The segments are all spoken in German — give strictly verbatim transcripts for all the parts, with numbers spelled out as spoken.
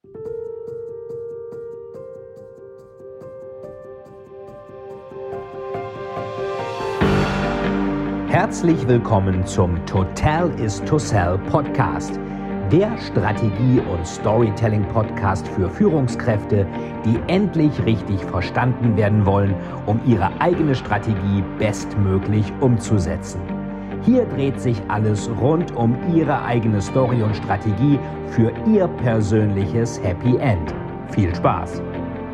Herzlich willkommen zum Total is to Sell Podcast, der Strategie- und Storytelling-Podcast für Führungskräfte, die endlich richtig verstanden werden wollen, um ihre eigene Strategie bestmöglich umzusetzen. Hier dreht sich alles rund um Ihre eigene Story und Strategie für Ihr persönliches Happy End. Viel Spaß!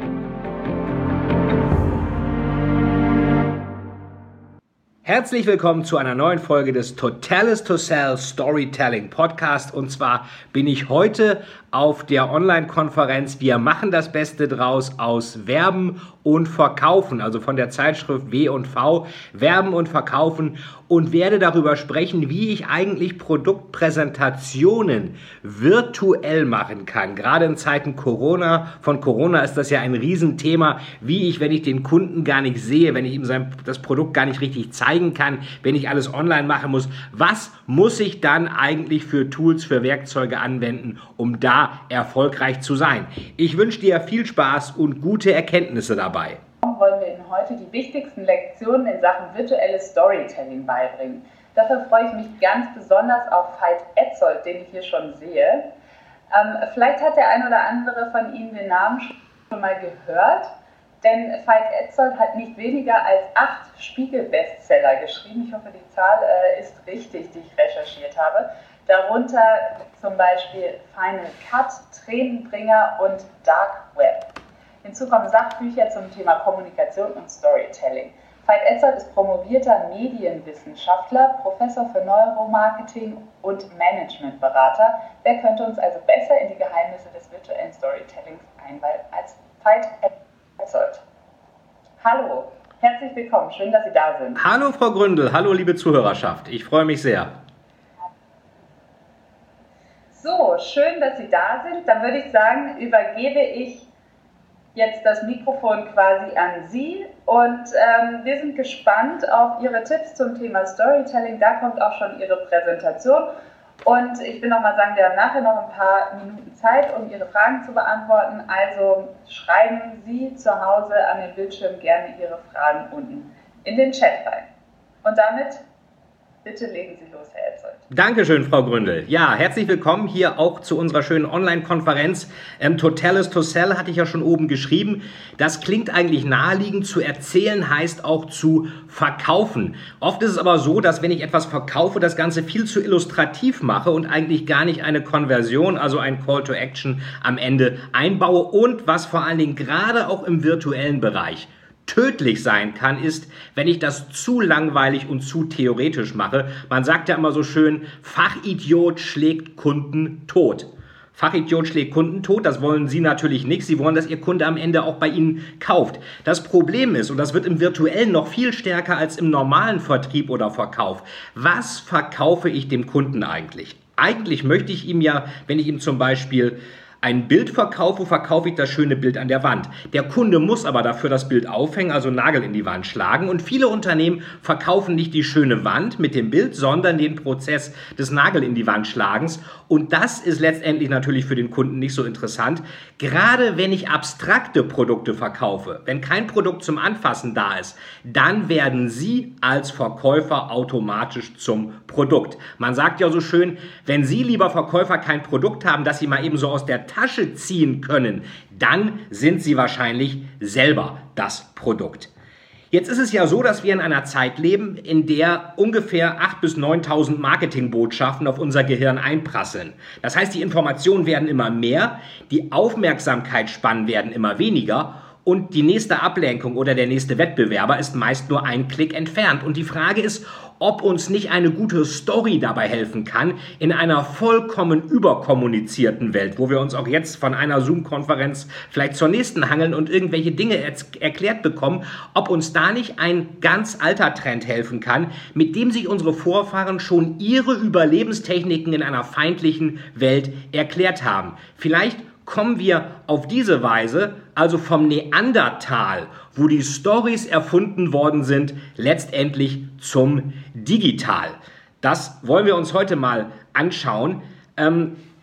Herzlich willkommen zu einer neuen Folge des Total is to Sell Storytelling Podcast. Und zwar bin ich heute auf der Online-Konferenz Wir machen das Beste draus aus Werben und Verkaufen, also von der Zeitschrift W und V, Werben und Verkaufen, und werde darüber sprechen, wie ich eigentlich Produktpräsentationen virtuell machen kann. Gerade in Zeiten Corona, von Corona ist das ja ein Riesenthema, wie ich, wenn ich den Kunden gar nicht sehe, wenn ich ihm sein, das Produkt gar nicht richtig zeigen kann, wenn ich alles online machen muss, was muss ich dann eigentlich für Tools, für Werkzeuge anwenden, um da erfolgreich zu sein? Ich wünsche dir viel Spaß und gute Erkenntnisse dabei. Wollen wir Ihnen heute die wichtigsten Lektionen in Sachen virtuelles Storytelling beibringen. Dafür freue ich mich ganz besonders auf Veit Etzold, den ich hier schon sehe. Ähm, vielleicht hat der ein oder andere von Ihnen den Namen schon mal gehört, denn Veit Etzold hat nicht weniger als acht Spiegel-Bestseller geschrieben. Ich hoffe, die Zahl äh, ist richtig, die ich recherchiert habe. Darunter zum Beispiel Final Cut, Tränenbringer und Dark Web. Hinzu kommen Sachbücher zum Thema Kommunikation und Storytelling. Veit Etzold ist promovierter Medienwissenschaftler, Professor für Neuromarketing und Managementberater. Wer könnte uns also besser in die Geheimnisse des virtuellen Storytellings einweihen als Veit Etzold? Hallo, herzlich willkommen, schön, dass Sie da sind. Hallo Frau Gründel, hallo liebe Zuhörerschaft, ich freue mich sehr. So, schön, dass Sie da sind. Dann würde ich sagen, übergebe ich jetzt das Mikrofon quasi an Sie und ähm, wir sind gespannt auf Ihre Tipps zum Thema Storytelling. Da kommt auch schon Ihre Präsentation und ich will nochmal sagen, wir haben nachher noch ein paar Minuten Zeit, um Ihre Fragen zu beantworten. Also schreiben Sie zu Hause an den Bildschirm gerne Ihre Fragen unten in den Chat rein. Und damit bitte legen Sie los, Herr Etzold. Dankeschön, Frau Gründel. Ja, herzlich willkommen hier auch zu unserer schönen Online-Konferenz. Ähm, Total is to Sell hatte ich ja schon oben geschrieben. Das klingt eigentlich naheliegend. Zu erzählen heißt auch zu verkaufen. Oft ist es aber so, dass wenn ich etwas verkaufe, das Ganze viel zu illustrativ mache und eigentlich gar nicht eine Konversion, also ein Call to Action am Ende einbaue. Und was vor allen Dingen gerade auch im virtuellen Bereich tödlich sein kann, ist, wenn ich das zu langweilig und zu theoretisch mache. Man sagt ja immer so schön, Fachidiot schlägt Kunden tot. Fachidiot schlägt Kunden tot, das wollen Sie natürlich nicht. Sie wollen, dass Ihr Kunde am Ende auch bei Ihnen kauft. Das Problem ist, und das wird im Virtuellen noch viel stärker als im normalen Vertrieb oder Verkauf, was verkaufe ich dem Kunden eigentlich? Eigentlich möchte ich ihm ja, wenn ich ihm zum Beispiel ein Bild verkaufe, verkaufe ich das schöne Bild an der Wand. Der Kunde muss aber dafür das Bild aufhängen, also Nagel in die Wand schlagen. Und viele Unternehmen verkaufen nicht die schöne Wand mit dem Bild, sondern den Prozess des Nagel in die Wand schlagens. Und das ist letztendlich natürlich für den Kunden nicht so interessant. Gerade wenn ich abstrakte Produkte verkaufe, wenn kein Produkt zum Anfassen da ist, dann werden Sie als Verkäufer automatisch zum Produkt. Man sagt ja so schön, wenn Sie, lieber Verkäufer, kein Produkt haben, das Sie mal eben so aus der Tasche ziehen können, dann sind Sie wahrscheinlich selber das Produkt. Jetzt ist es ja so, dass wir in einer Zeit leben, in der ungefähr achttausend bis neuntausend Marketingbotschaften auf unser Gehirn einprasseln. Das heißt, die Informationen werden immer mehr, die Aufmerksamkeitsspannen werden immer weniger und die nächste Ablenkung oder der nächste Wettbewerber ist meist nur ein Klick entfernt. Und die Frage ist, ob uns nicht eine gute Story dabei helfen kann, in einer vollkommen überkommunizierten Welt, wo wir uns auch jetzt von einer Zoom-Konferenz vielleicht zur nächsten hangeln und irgendwelche Dinge erklärt bekommen, ob uns da nicht ein ganz alter Trend helfen kann, mit dem sich unsere Vorfahren schon ihre Überlebenstechniken in einer feindlichen Welt erklärt haben. Vielleicht kommen wir auf diese Weise, also vom Neandertal, wo die Storys erfunden worden sind, letztendlich zum Digital. Das wollen wir uns heute mal anschauen. Ähm,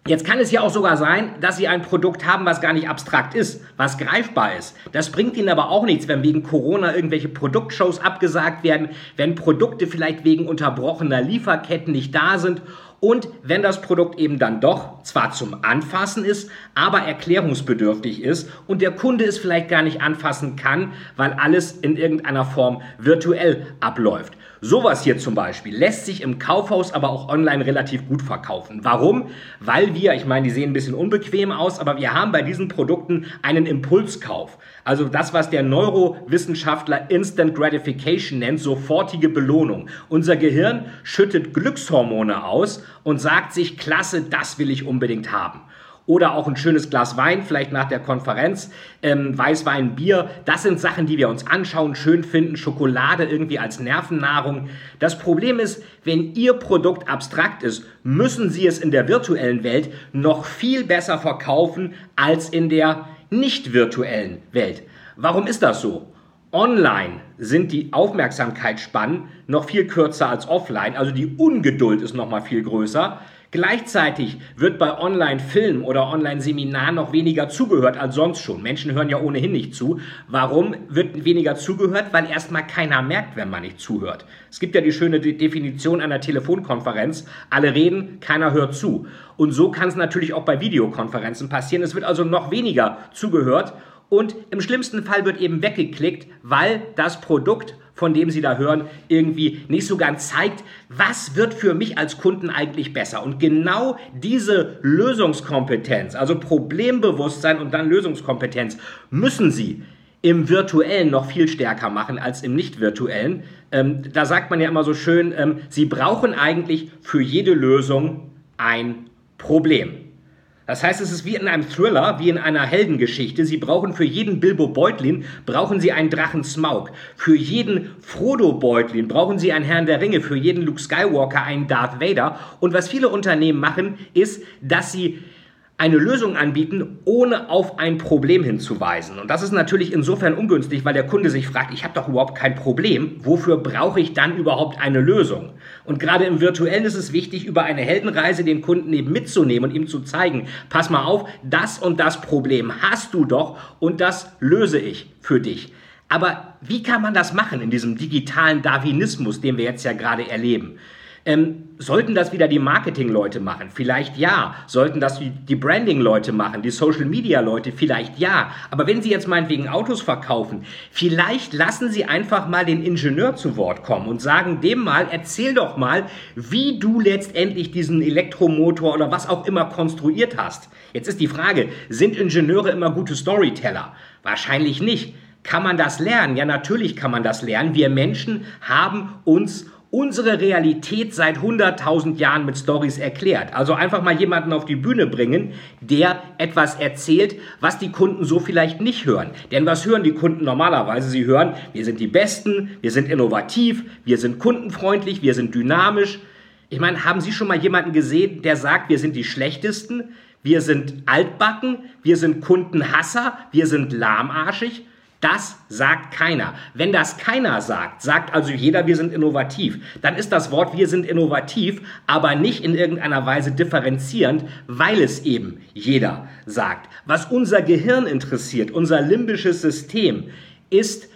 Jetzt kann es ja auch sogar sein, dass Sie ein Produkt haben, was gar nicht abstrakt ist, was greifbar ist. Das bringt Ihnen aber auch nichts, wenn wegen Corona irgendwelche Produktshows abgesagt werden, wenn Produkte vielleicht wegen unterbrochener Lieferketten nicht da sind und wenn das Produkt eben dann doch zwar zum Anfassen ist, aber erklärungsbedürftig ist und der Kunde es vielleicht gar nicht anfassen kann, weil alles in irgendeiner Form virtuell abläuft. Sowas hier zum Beispiel lässt sich im Kaufhaus, aber auch online relativ gut verkaufen. Warum? Weil wir, ich meine, die sehen ein bisschen unbequem aus, aber wir haben bei diesen Produkten einen Impulskauf. Also das, was der Neurowissenschaftler Instant Gratification nennt, sofortige Belohnung. Unser Gehirn schüttet Glückshormone aus und sagt sich, klasse, das will ich unbedingt haben. Oder auch ein schönes Glas Wein, vielleicht nach der Konferenz, ähm, Weißwein, Bier. Das sind Sachen, die wir uns anschauen, schön finden. Schokolade irgendwie als Nervennahrung. Das Problem ist, wenn Ihr Produkt abstrakt ist, müssen Sie es in der virtuellen Welt noch viel besser verkaufen als in der nicht virtuellen Welt. Warum ist das so? Online sind die Aufmerksamkeitsspannen noch viel kürzer als offline, also die Ungeduld ist noch mal viel größer. Gleichzeitig wird bei Online-Filmen oder Online-Seminaren noch weniger zugehört als sonst schon. Menschen hören ja ohnehin nicht zu. Warum wird weniger zugehört? Weil erstmal keiner merkt, wenn man nicht zuhört. Es gibt ja die schöne De- Definition einer Telefonkonferenz. Alle reden, keiner hört zu. Und so kann es natürlich auch bei Videokonferenzen passieren. Es wird also noch weniger zugehört. Und im schlimmsten Fall wird eben weggeklickt, weil das Produkt, von dem Sie da hören, irgendwie nicht so ganz zeigt, was wird für mich als Kunden eigentlich besser. Und genau diese Lösungskompetenz, also Problembewusstsein und dann Lösungskompetenz, müssen Sie im Virtuellen noch viel stärker machen als im Nicht-Virtuellen. Ähm, da sagt man ja immer so schön, ähm, Sie brauchen eigentlich für jede Lösung ein Problem. Das heißt, es ist wie in einem Thriller, wie in einer Heldengeschichte. Sie brauchen für jeden Bilbo Beutlin, brauchen Sie einen Drachen Smaug. Für jeden Frodo Beutlin brauchen Sie einen Herrn der Ringe. Für jeden Luke Skywalker einen Darth Vader. Und was viele Unternehmen machen, ist, dass sie eine Lösung anbieten, ohne auf ein Problem hinzuweisen. Und das ist natürlich insofern ungünstig, weil der Kunde sich fragt, ich habe doch überhaupt kein Problem, wofür brauche ich dann überhaupt eine Lösung? Und gerade im Virtuellen ist es wichtig, über eine Heldenreise den Kunden eben mitzunehmen und ihm zu zeigen, pass mal auf, das und das Problem hast du doch und das löse ich für dich. Aber wie kann man das machen in diesem digitalen Darwinismus, den wir jetzt ja gerade erleben? Ähm, sollten das wieder die Marketing-Leute machen? Vielleicht ja. Sollten das die Branding-Leute machen, die Social-Media-Leute? Vielleicht ja. Aber wenn Sie jetzt meinetwegen Autos verkaufen, vielleicht lassen Sie einfach mal den Ingenieur zu Wort kommen und sagen dem mal, erzähl doch mal, wie du letztendlich diesen Elektromotor oder was auch immer konstruiert hast. Jetzt ist die Frage, sind Ingenieure immer gute Storyteller? Wahrscheinlich nicht. Kann man das lernen? Ja, natürlich kann man das lernen. Wir Menschen haben uns unsere Realität seit hunderttausend Jahren mit Storys erklärt. Also einfach mal jemanden auf die Bühne bringen, der etwas erzählt, was die Kunden so vielleicht nicht hören. Denn was hören die Kunden normalerweise? Sie hören, wir sind die Besten, wir sind innovativ, wir sind kundenfreundlich, wir sind dynamisch. Ich meine, haben Sie schon mal jemanden gesehen, der sagt, wir sind die Schlechtesten, wir sind altbacken, wir sind Kundenhasser, wir sind lahmarschig? Das sagt keiner. Wenn das keiner sagt, sagt also jeder, wir sind innovativ, dann ist das Wort wir sind innovativ, aber nicht in irgendeiner Weise differenzierend, weil es eben jeder sagt. Was unser Gehirn interessiert, unser limbisches System, ist,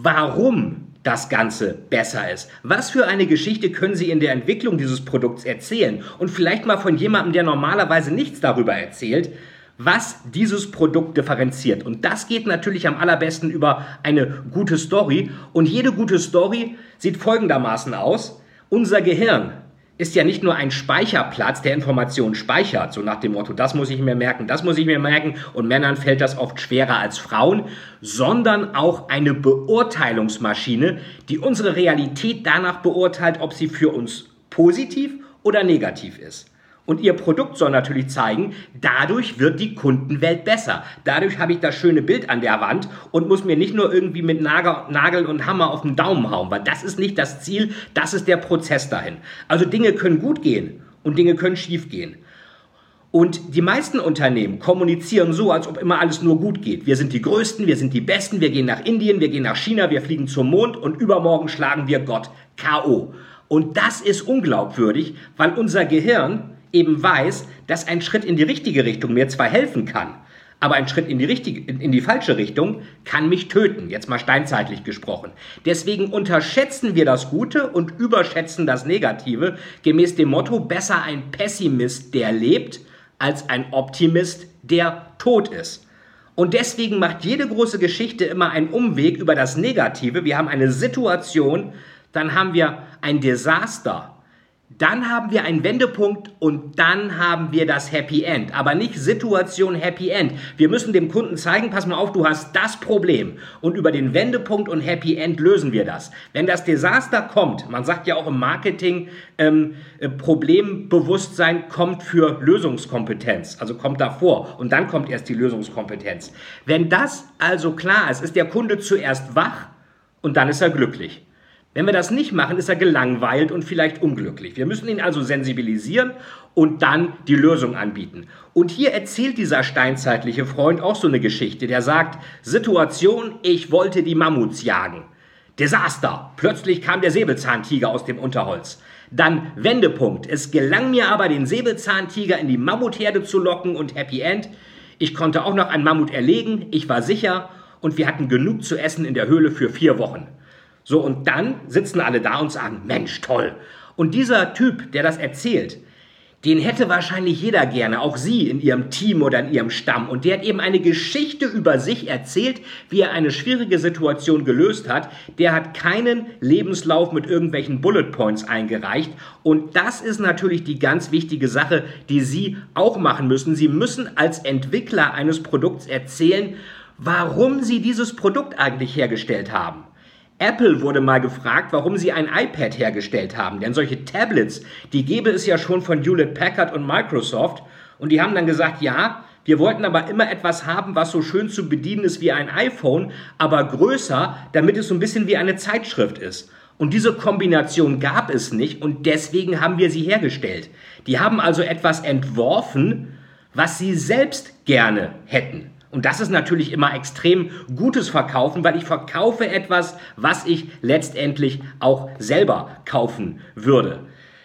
warum das Ganze besser ist. Was für eine Geschichte können Sie in der Entwicklung dieses Produkts erzählen? Und vielleicht mal von jemandem, der normalerweise nichts darüber erzählt, was dieses Produkt differenziert. Und das geht natürlich am allerbesten über eine gute Story. Und jede gute Story sieht folgendermaßen aus. Unser Gehirn ist ja nicht nur ein Speicherplatz, der Informationen speichert, so nach dem Motto, das muss ich mir merken, das muss ich mir merken, und Männern fällt das oft schwerer als Frauen, sondern auch eine Beurteilungsmaschine, die unsere Realität danach beurteilt, ob sie für uns positiv oder negativ ist. Und Ihr Produkt soll natürlich zeigen, dadurch wird die Kundenwelt besser. Dadurch habe ich das schöne Bild an der Wand und muss mir nicht nur irgendwie mit Nagel, Nagel und Hammer auf den Daumen hauen, weil das ist nicht das Ziel, das ist der Prozess dahin. Also Dinge können gut gehen und Dinge können schief gehen. Und die meisten Unternehmen kommunizieren so, als ob immer alles nur gut geht. Wir sind die Größten, wir sind die Besten, wir gehen nach Indien, wir gehen nach China, wir fliegen zum Mond und übermorgen schlagen wir Gott K O. Und das ist unglaubwürdig, weil unser Gehirn eben weiß, dass ein Schritt in die richtige Richtung mir zwar helfen kann, aber ein Schritt in die, richtige, in die falsche Richtung kann mich töten, jetzt mal steinzeitlich gesprochen. Deswegen unterschätzen wir das Gute und überschätzen das Negative, gemäß dem Motto, besser ein Pessimist, der lebt, als ein Optimist, der tot ist. Und deswegen macht jede große Geschichte immer einen Umweg über das Negative. Wir haben eine Situation, dann haben wir ein Desaster, dann haben wir einen Wendepunkt und dann haben wir das Happy End. Aber nicht Situation Happy End. Wir müssen dem Kunden zeigen, pass mal auf, du hast das Problem. Und über den Wendepunkt und Happy End lösen wir das. Wenn das Desaster kommt, man sagt ja auch im Marketing, ähm, Problembewusstsein kommt für Lösungskompetenz. Also kommt davor und dann kommt erst die Lösungskompetenz. Wenn das also klar ist, ist der Kunde zuerst wach und dann ist er glücklich. Wenn wir das nicht machen, ist er gelangweilt und vielleicht unglücklich. Wir müssen ihn also sensibilisieren und dann die Lösung anbieten. Und hier erzählt dieser steinzeitliche Freund auch so eine Geschichte. Der sagt, Situation, ich wollte die Mammuts jagen. Desaster, plötzlich kam der Säbelzahntiger aus dem Unterholz. Dann Wendepunkt, es gelang mir aber, den Säbelzahntiger in die Mammutherde zu locken und Happy End. Ich konnte auch noch einen Mammut erlegen, ich war sicher und wir hatten genug zu essen in der Höhle für vier Wochen. So, und dann sitzen alle da und sagen, Mensch, toll. Und dieser Typ, der das erzählt, den hätte wahrscheinlich jeder gerne, auch Sie in Ihrem Team oder in Ihrem Stamm. Und der hat eben eine Geschichte über sich erzählt, wie er eine schwierige Situation gelöst hat. Der hat keinen Lebenslauf mit irgendwelchen Bullet Points eingereicht. Und das ist natürlich die ganz wichtige Sache, die Sie auch machen müssen. Sie müssen als Entwickler eines Produkts erzählen, warum Sie dieses Produkt eigentlich hergestellt haben. Apple wurde mal gefragt, warum sie ein iPad hergestellt haben. Denn solche Tablets, die gäbe es ja schon von Hewlett Packard und Microsoft. Und die haben dann gesagt, ja, wir wollten aber immer etwas haben, was so schön zu bedienen ist wie ein iPhone, aber größer, damit es so ein bisschen wie eine Zeitschrift ist. Und diese Kombination gab es nicht und deswegen haben wir sie hergestellt. Die haben also etwas entworfen, was sie selbst gerne hätten. Und das ist natürlich immer extrem gutes Verkaufen, weil ich verkaufe etwas, was ich letztendlich auch selber kaufen würde.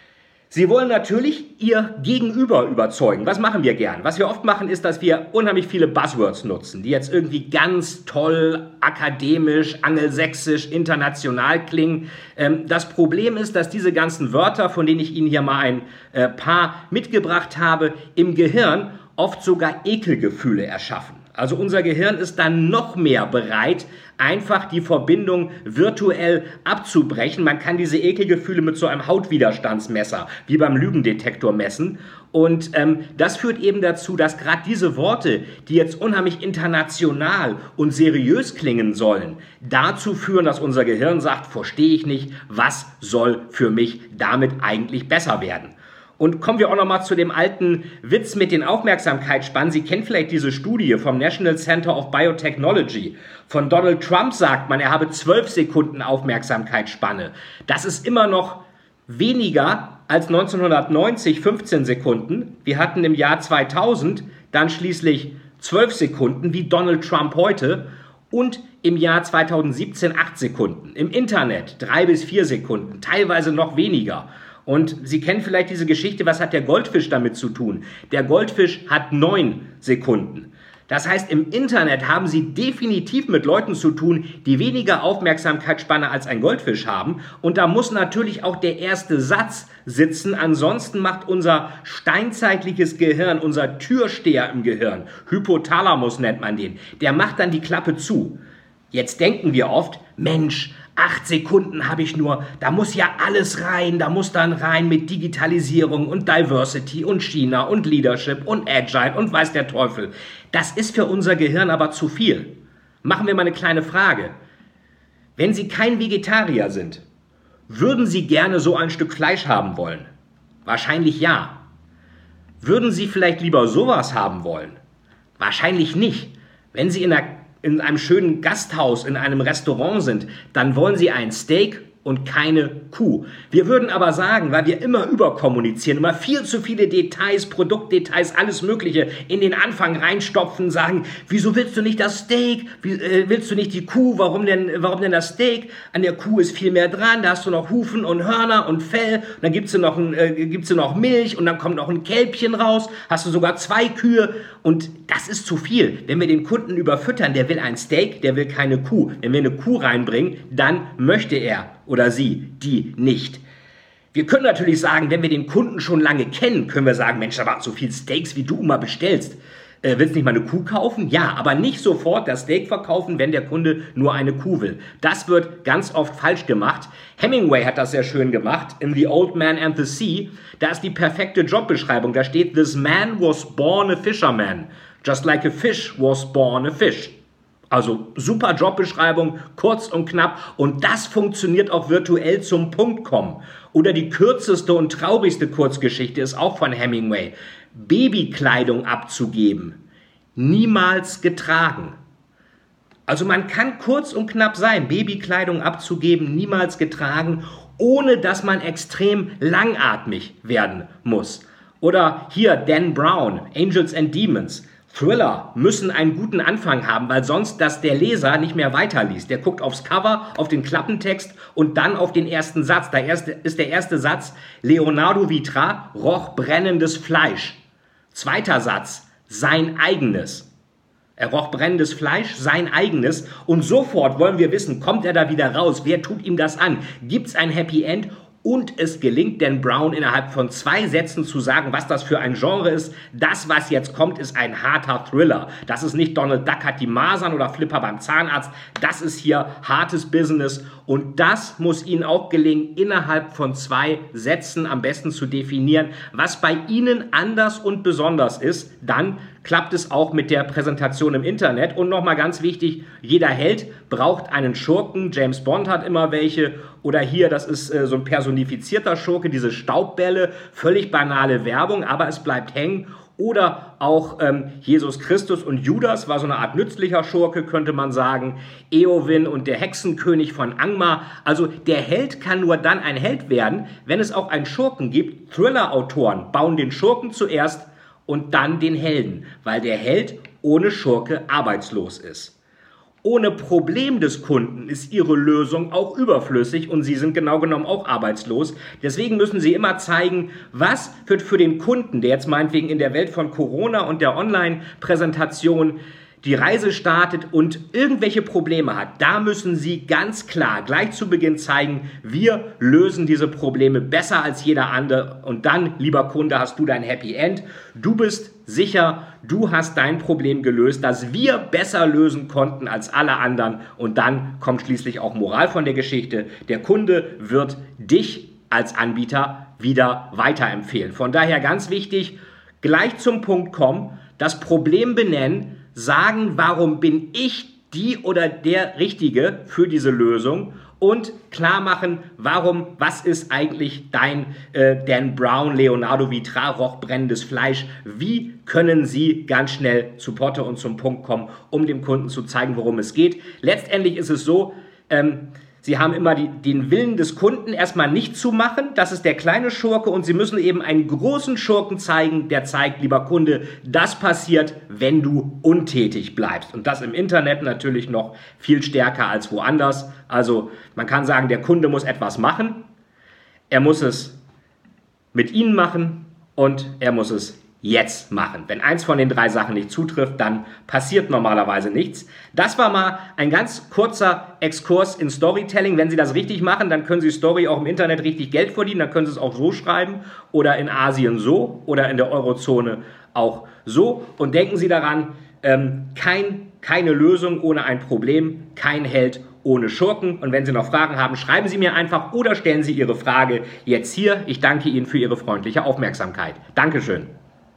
Sie wollen natürlich Ihr Gegenüber überzeugen. Was machen wir gern? Was wir oft machen, ist, dass wir unheimlich viele Buzzwords nutzen, die jetzt irgendwie ganz toll, akademisch, angelsächsisch, international klingen. Das Problem ist, dass diese ganzen Wörter, von denen ich Ihnen hier mal ein paar mitgebracht habe, im Gehirn oft sogar Ekelgefühle erschaffen. Also unser Gehirn ist dann noch mehr bereit, einfach die Verbindung virtuell abzubrechen. Man kann diese Ekelgefühle mit so einem Hautwiderstandsmesser wie beim Lügendetektor messen. Und ähm, das führt eben dazu, dass gerade diese Worte, die jetzt unheimlich international und seriös klingen sollen, dazu führen, dass unser Gehirn sagt, verstehe ich nicht, was soll für mich damit eigentlich besser werden. Und kommen wir auch noch mal zu dem alten Witz mit den Aufmerksamkeitsspannen. Sie kennen vielleicht diese Studie vom National Center of Biotechnology. Von Donald Trump sagt man, er habe zwölf Sekunden Aufmerksamkeitsspanne. Das ist immer noch weniger als neunzehnhundertneunzig, fünfzehn Sekunden. Wir hatten im Jahr zweitausend dann schließlich zwölf Sekunden, wie Donald Trump heute. Und im Jahr zweitausendsiebzehn acht Sekunden. Im Internet drei bis vier Sekunden, teilweise noch weniger. Und Sie kennen vielleicht diese Geschichte, was hat der Goldfisch damit zu tun? Der Goldfisch hat neun Sekunden. Das heißt, im Internet haben Sie definitiv mit Leuten zu tun, die weniger Aufmerksamkeitsspanne als ein Goldfisch haben. Und da muss natürlich auch der erste Satz sitzen. Ansonsten macht unser steinzeitliches Gehirn, unser Türsteher im Gehirn, Hypothalamus nennt man den, der macht dann die Klappe zu. Jetzt denken wir oft, Mensch, acht Sekunden habe ich nur, da muss ja alles rein, da muss dann rein mit Digitalisierung und Diversity und China und Leadership und Agile und weiß der Teufel. Das ist für unser Gehirn aber zu viel. Machen wir mal eine kleine Frage. Wenn Sie kein Vegetarier sind, würden Sie gerne so ein Stück Fleisch haben wollen? Wahrscheinlich ja. Würden Sie vielleicht lieber sowas haben wollen? Wahrscheinlich nicht. Wenn Sie in einer in einem schönen Gasthaus, in einem Restaurant sind, dann wollen Sie ein Steak und keine Kuh. Wir würden aber sagen, weil wir immer überkommunizieren, immer viel zu viele Details, Produktdetails, alles Mögliche in den Anfang reinstopfen, sagen, wieso willst du nicht das Steak? Wie, äh, willst du nicht die Kuh? Warum denn, warum denn das Steak? An der Kuh ist viel mehr dran, da hast du noch Hufen und Hörner und Fell, und dann gibt's noch, ein, äh, gibt's noch Milch und dann kommt noch ein Kälbchen raus, hast du sogar zwei Kühe und das ist zu viel. Wenn wir den Kunden überfüttern, der will ein Steak, der will keine Kuh. Wenn wir eine Kuh reinbringen, dann möchte er oder sie die nicht. Wir können natürlich sagen, wenn wir den Kunden schon lange kennen, können wir sagen, Mensch, aber so viel Steaks, wie du immer bestellst, äh, willst du nicht mal eine Kuh kaufen? Ja, aber nicht sofort das Steak verkaufen, wenn der Kunde nur eine Kuh will. Das wird ganz oft falsch gemacht. Hemingway hat das sehr schön gemacht in The Old Man and the Sea. Da ist die perfekte Jobbeschreibung. Da steht, this man was born a fisherman, just like a fish was born a fish. Also super Jobbeschreibung, kurz und knapp, und das funktioniert auch virtuell zum Punkt kommen. Oder die kürzeste und traurigste Kurzgeschichte ist auch von Hemingway. Babykleidung abzugeben, niemals getragen. Also man kann kurz und knapp sein, Babykleidung abzugeben, niemals getragen, ohne dass man extrem langatmig werden muss. Oder hier Dan Brown, Angels and Demons. Thriller müssen einen guten Anfang haben, weil sonst dass der Leser nicht mehr weiterliest. Der guckt aufs Cover, auf den Klappentext und dann auf den ersten Satz. Da erste, ist der erste Satz, Leonardo Vitra roch brennendes Fleisch. Zweiter Satz, sein eigenes. Er roch brennendes Fleisch, sein eigenes. Und sofort wollen wir wissen, kommt er da wieder raus? Wer tut ihm das an? Gibt es ein Happy End? Und es gelingt Dan Brown innerhalb von zwei Sätzen zu sagen, was das für ein Genre ist. Das, was jetzt kommt, ist ein harter Thriller. Das ist nicht Donald Duck hat die Masern oder Flipper beim Zahnarzt. Das ist hier hartes Business. Und das muss Ihnen auch gelingen, innerhalb von zwei Sätzen am besten zu definieren, was bei Ihnen anders und besonders ist. Dann klappt es auch mit der Präsentation im Internet. Und nochmal ganz wichtig, jeder Held braucht einen Schurken. James Bond hat immer welche. Oder hier, das ist äh, so ein personifizierter Schurke, diese Staubbälle, völlig banale Werbung, aber es bleibt hängen. Oder auch ähm, Jesus Christus und Judas war so eine Art nützlicher Schurke, könnte man sagen. Eowyn und der Hexenkönig von Angmar. Also der Held kann nur dann ein Held werden, wenn es auch einen Schurken gibt. Thriller-Autoren bauen den Schurken zuerst und dann den Helden, weil der Held ohne Schurke arbeitslos ist. Ohne Problem des Kunden ist Ihre Lösung auch überflüssig und Sie sind genau genommen auch arbeitslos. Deswegen müssen Sie immer zeigen, was wird für den Kunden, der jetzt meinetwegen in der Welt von Corona und der Online-Präsentation die Reise startet und irgendwelche Probleme hat, da müssen Sie ganz klar gleich zu Beginn zeigen, wir lösen diese Probleme besser als jeder andere und dann, lieber Kunde, hast du dein Happy End. Du bist sicher, du hast dein Problem gelöst, das wir besser lösen konnten als alle anderen und dann kommt schließlich auch Moral von der Geschichte. Der Kunde wird dich als Anbieter wieder weiterempfehlen. Von daher ganz wichtig, gleich zum Punkt kommen, das Problem benennen, sagen, warum bin ich die oder der Richtige für diese Lösung und klar machen, warum, was ist eigentlich dein äh, Dan Brown, Leonardo Vitra, roch brennendes Fleisch, wie können Sie ganz schnell zu Potte und zum Punkt kommen, um dem Kunden zu zeigen, worum es geht. Letztendlich ist es so, ähm, Sie haben immer die, den Willen des Kunden erstmal nicht zu machen, das ist der kleine Schurke und Sie müssen eben einen großen Schurken zeigen, der zeigt, lieber Kunde, das passiert, wenn du untätig bleibst. Und das im Internet natürlich noch viel stärker als woanders. Also man kann sagen, der Kunde muss etwas machen, er muss es mit Ihnen machen und er muss es jetzt machen. Wenn eins von den drei Sachen nicht zutrifft, dann passiert normalerweise nichts. Das war mal ein ganz kurzer Exkurs in Storytelling. Wenn Sie das richtig machen, dann können Sie Story auch im Internet richtig Geld verdienen. Dann können Sie es auch so schreiben oder in Asien so oder in der Eurozone auch so. Und denken Sie daran, ähm, kein, keine Lösung ohne ein Problem, kein Held ohne Schurken. Und wenn Sie noch Fragen haben, schreiben Sie mir einfach oder stellen Sie Ihre Frage jetzt hier. Ich danke Ihnen für Ihre freundliche Aufmerksamkeit. Dankeschön.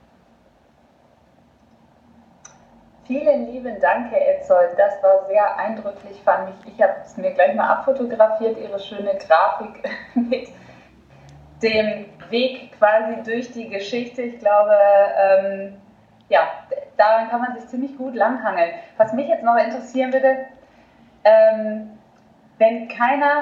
Vielen lieben Dank, Herr Etzold. Das war sehr eindrücklich, fand ich. Ich habe es mir gleich mal abfotografiert, Ihre schöne Grafik mit dem Weg quasi durch die Geschichte. Ich glaube, ähm, ja, daran kann man sich ziemlich gut langhangeln. Was mich jetzt noch interessieren würde, ähm, wenn keiner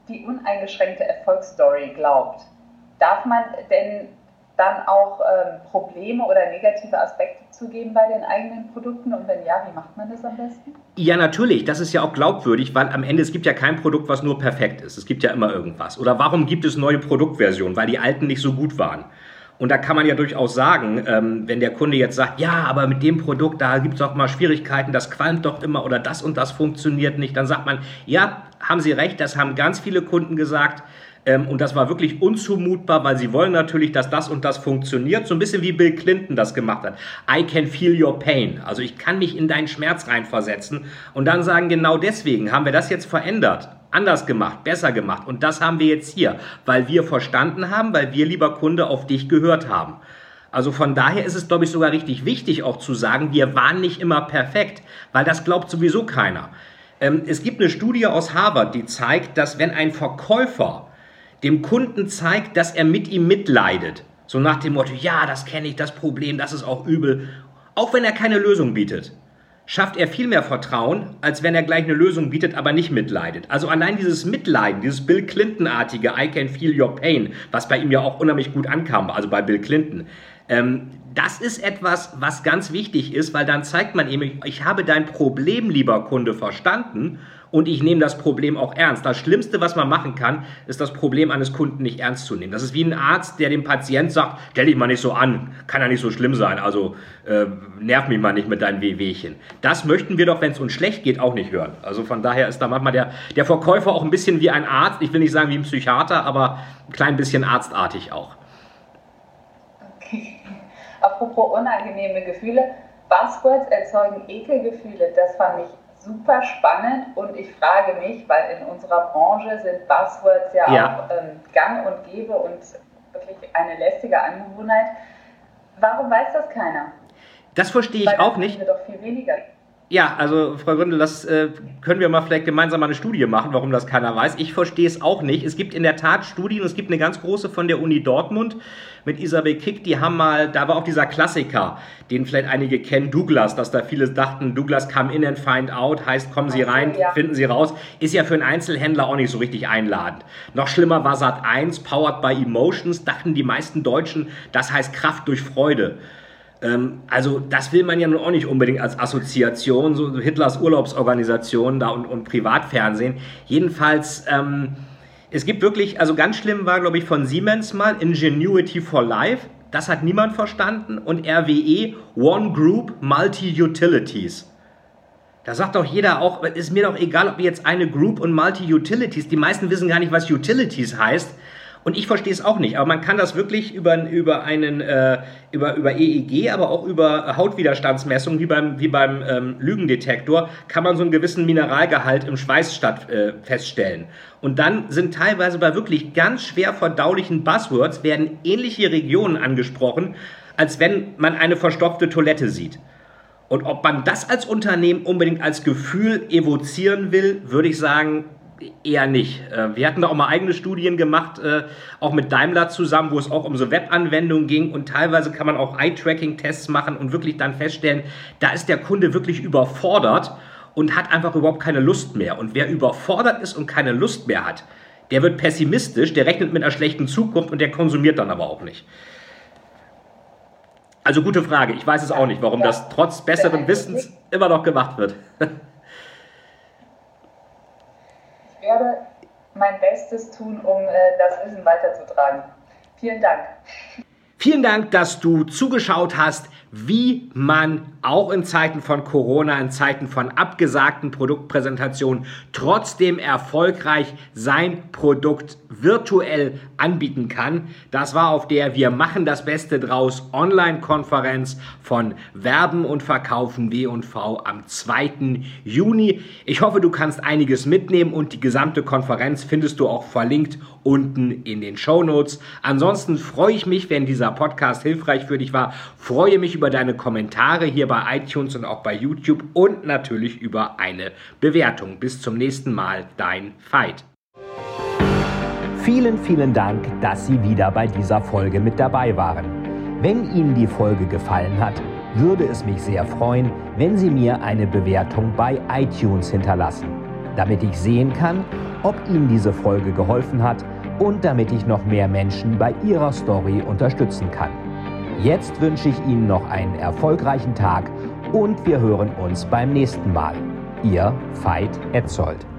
die uneingeschränkte Erfolgsstory glaubt, darf man denn dann auch ähm, Probleme oder negative Aspekte zugeben bei den eigenen Produkten? Und wenn ja, wie macht man das am besten? Ja, natürlich. Das ist ja auch glaubwürdig, weil am Ende es gibt ja kein Produkt, was nur perfekt ist. Es gibt ja immer irgendwas. Oder warum gibt es neue Produktversionen? Weil die alten nicht so gut waren. Und da kann man ja durchaus sagen, ähm, wenn der Kunde jetzt sagt, ja, aber mit dem Produkt, da gibt es auch mal Schwierigkeiten, das qualmt doch immer oder das und das funktioniert nicht, dann sagt man, ja, haben Sie recht, das haben ganz viele Kunden gesagt. Ähm, und das war wirklich unzumutbar, weil sie wollen natürlich, dass das und das funktioniert. So ein bisschen wie Bill Clinton das gemacht hat. I can feel your pain. Also ich kann mich in deinen Schmerz reinversetzen. Und dann sagen, genau deswegen haben wir das jetzt verändert, anders gemacht, besser gemacht. Und das haben wir jetzt hier, weil wir verstanden haben, weil wir, lieber Kunde, auf dich gehört haben. Also von daher ist es, glaube ich, sogar richtig wichtig auch zu sagen, wir waren nicht immer perfekt, weil das glaubt sowieso keiner. Ähm, es gibt eine Studie aus Harvard, die zeigt, dass wenn ein Verkäufer dem Kunden zeigt, dass er mit ihm mitleidet. So nach dem Motto, ja, das kenne ich, das Problem, das ist auch übel. Auch wenn er keine Lösung bietet, schafft er viel mehr Vertrauen, als wenn er gleich eine Lösung bietet, aber nicht mitleidet. Also allein dieses Mitleiden, dieses Bill Clinton-artige I can feel your pain, was bei ihm ja auch unheimlich gut ankam, also bei Bill Clinton, ähm, das ist etwas, was ganz wichtig ist, weil dann zeigt man ihm, ich habe dein Problem, lieber Kunde, verstanden und ich nehme das Problem auch ernst. Das Schlimmste, was man machen kann, ist das Problem eines Kunden nicht ernst zu nehmen. Das ist wie ein Arzt, der dem Patient sagt, stell dich mal nicht so an, kann ja nicht so schlimm sein, also äh, nerv mich mal nicht mit deinen Wehwehchen. Das möchten wir doch, wenn es uns schlecht geht, auch nicht hören. Also von daher ist da manchmal der, der Verkäufer auch ein bisschen wie ein Arzt, ich will nicht sagen wie ein Psychiater, aber ein klein bisschen arztartig auch. Okay. Apropos unangenehme Gefühle, Buzzwords erzeugen Ekelgefühle, das fand ich super spannend und ich frage mich, weil in unserer Branche sind Buzzwords ja, ja. auch ähm, gang und gäbe und wirklich eine lästige Angewohnheit. Warum weiß das keiner? Das verstehe ich weil auch nicht. Wir doch viel weniger. Ja, also Frau Gründel, das äh, können wir mal vielleicht gemeinsam mal eine Studie machen, warum das keiner weiß. Ich verstehe es auch nicht. Es gibt in der Tat Studien, es gibt eine ganz große von der Uni Dortmund mit Isabel Kick, die haben mal, da war auch dieser Klassiker, den vielleicht einige kennen, Douglas, dass da viele dachten, Douglas come in and find out, heißt kommen Sie rein, ja. finden Sie raus, ist ja für einen Einzelhändler auch nicht so richtig einladend. Noch schlimmer war Sat eins, powered by emotions, dachten die meisten Deutschen, das heißt Kraft durch Freude. Also das will man ja nun auch nicht unbedingt als Assoziation, so Hitlers Urlaubsorganisation da und, und Privatfernsehen. Jedenfalls, ähm, es gibt wirklich, also ganz schlimm war, glaube ich, von Siemens mal Ingenuity for Life. Das hat niemand verstanden. Und R W E, One Group Multi-Utilities. Da sagt doch jeder auch, ist mir doch egal, ob jetzt eine Group und Multi-Utilities, die meisten wissen gar nicht, was Utilities heißt. Und ich verstehe es auch nicht, aber man kann das wirklich über, über einen äh, über, über E E G, aber auch über Hautwiderstandsmessungen, wie beim, wie beim ähm, Lügendetektor, kann man so einen gewissen Mineralgehalt im Schweiß statt, äh, feststellen. Und dann sind teilweise bei wirklich ganz schwer verdaulichen Buzzwords werden ähnliche Regionen angesprochen, als wenn man eine verstopfte Toilette sieht. Und ob man das als Unternehmen unbedingt als Gefühl evozieren will, würde ich sagen, eher nicht. Wir hatten da auch mal eigene Studien gemacht, auch mit Daimler zusammen, wo es auch um so Webanwendungen ging und teilweise kann man auch Eye-Tracking-Tests machen und wirklich dann feststellen, da ist der Kunde wirklich überfordert und hat einfach überhaupt keine Lust mehr. Und wer überfordert ist und keine Lust mehr hat, der wird pessimistisch, der rechnet mit einer schlechten Zukunft und der konsumiert dann aber auch nicht. Also gute Frage, ich weiß es auch nicht, warum das trotz besseren Wissens immer noch gemacht wird. Ich werde mein Bestes tun, um äh, das Wissen weiterzutragen. Vielen Dank. Vielen Dank, dass du zugeschaut hast, wie man auch in Zeiten von Corona, in Zeiten von abgesagten Produktpräsentationen trotzdem erfolgreich sein Produkt virtuell anbieten kann. Das war auf der Wir machen das Beste draus Online-Konferenz von Werben und Verkaufen W und V am zweiten Juni. Ich hoffe, du kannst einiges mitnehmen und die gesamte Konferenz findest du auch verlinkt unten in den Shownotes. Ansonsten freue ich mich, wenn dieser Podcast hilfreich für dich war. Freue mich über deine Kommentare hier bei iTunes und auch bei YouTube und natürlich über eine Bewertung. Bis zum nächsten Mal, dein Veit. Vielen, vielen Dank, dass Sie wieder bei dieser Folge mit dabei waren. Wenn Ihnen die Folge gefallen hat, würde es mich sehr freuen, wenn Sie mir eine Bewertung bei iTunes hinterlassen. damit ich sehen kann, ob Ihnen diese Folge geholfen hat und damit ich noch mehr Menschen bei ihrer Story unterstützen kann. Jetzt wünsche ich Ihnen noch einen erfolgreichen Tag und wir hören uns beim nächsten Mal. Ihr Veit Etzold.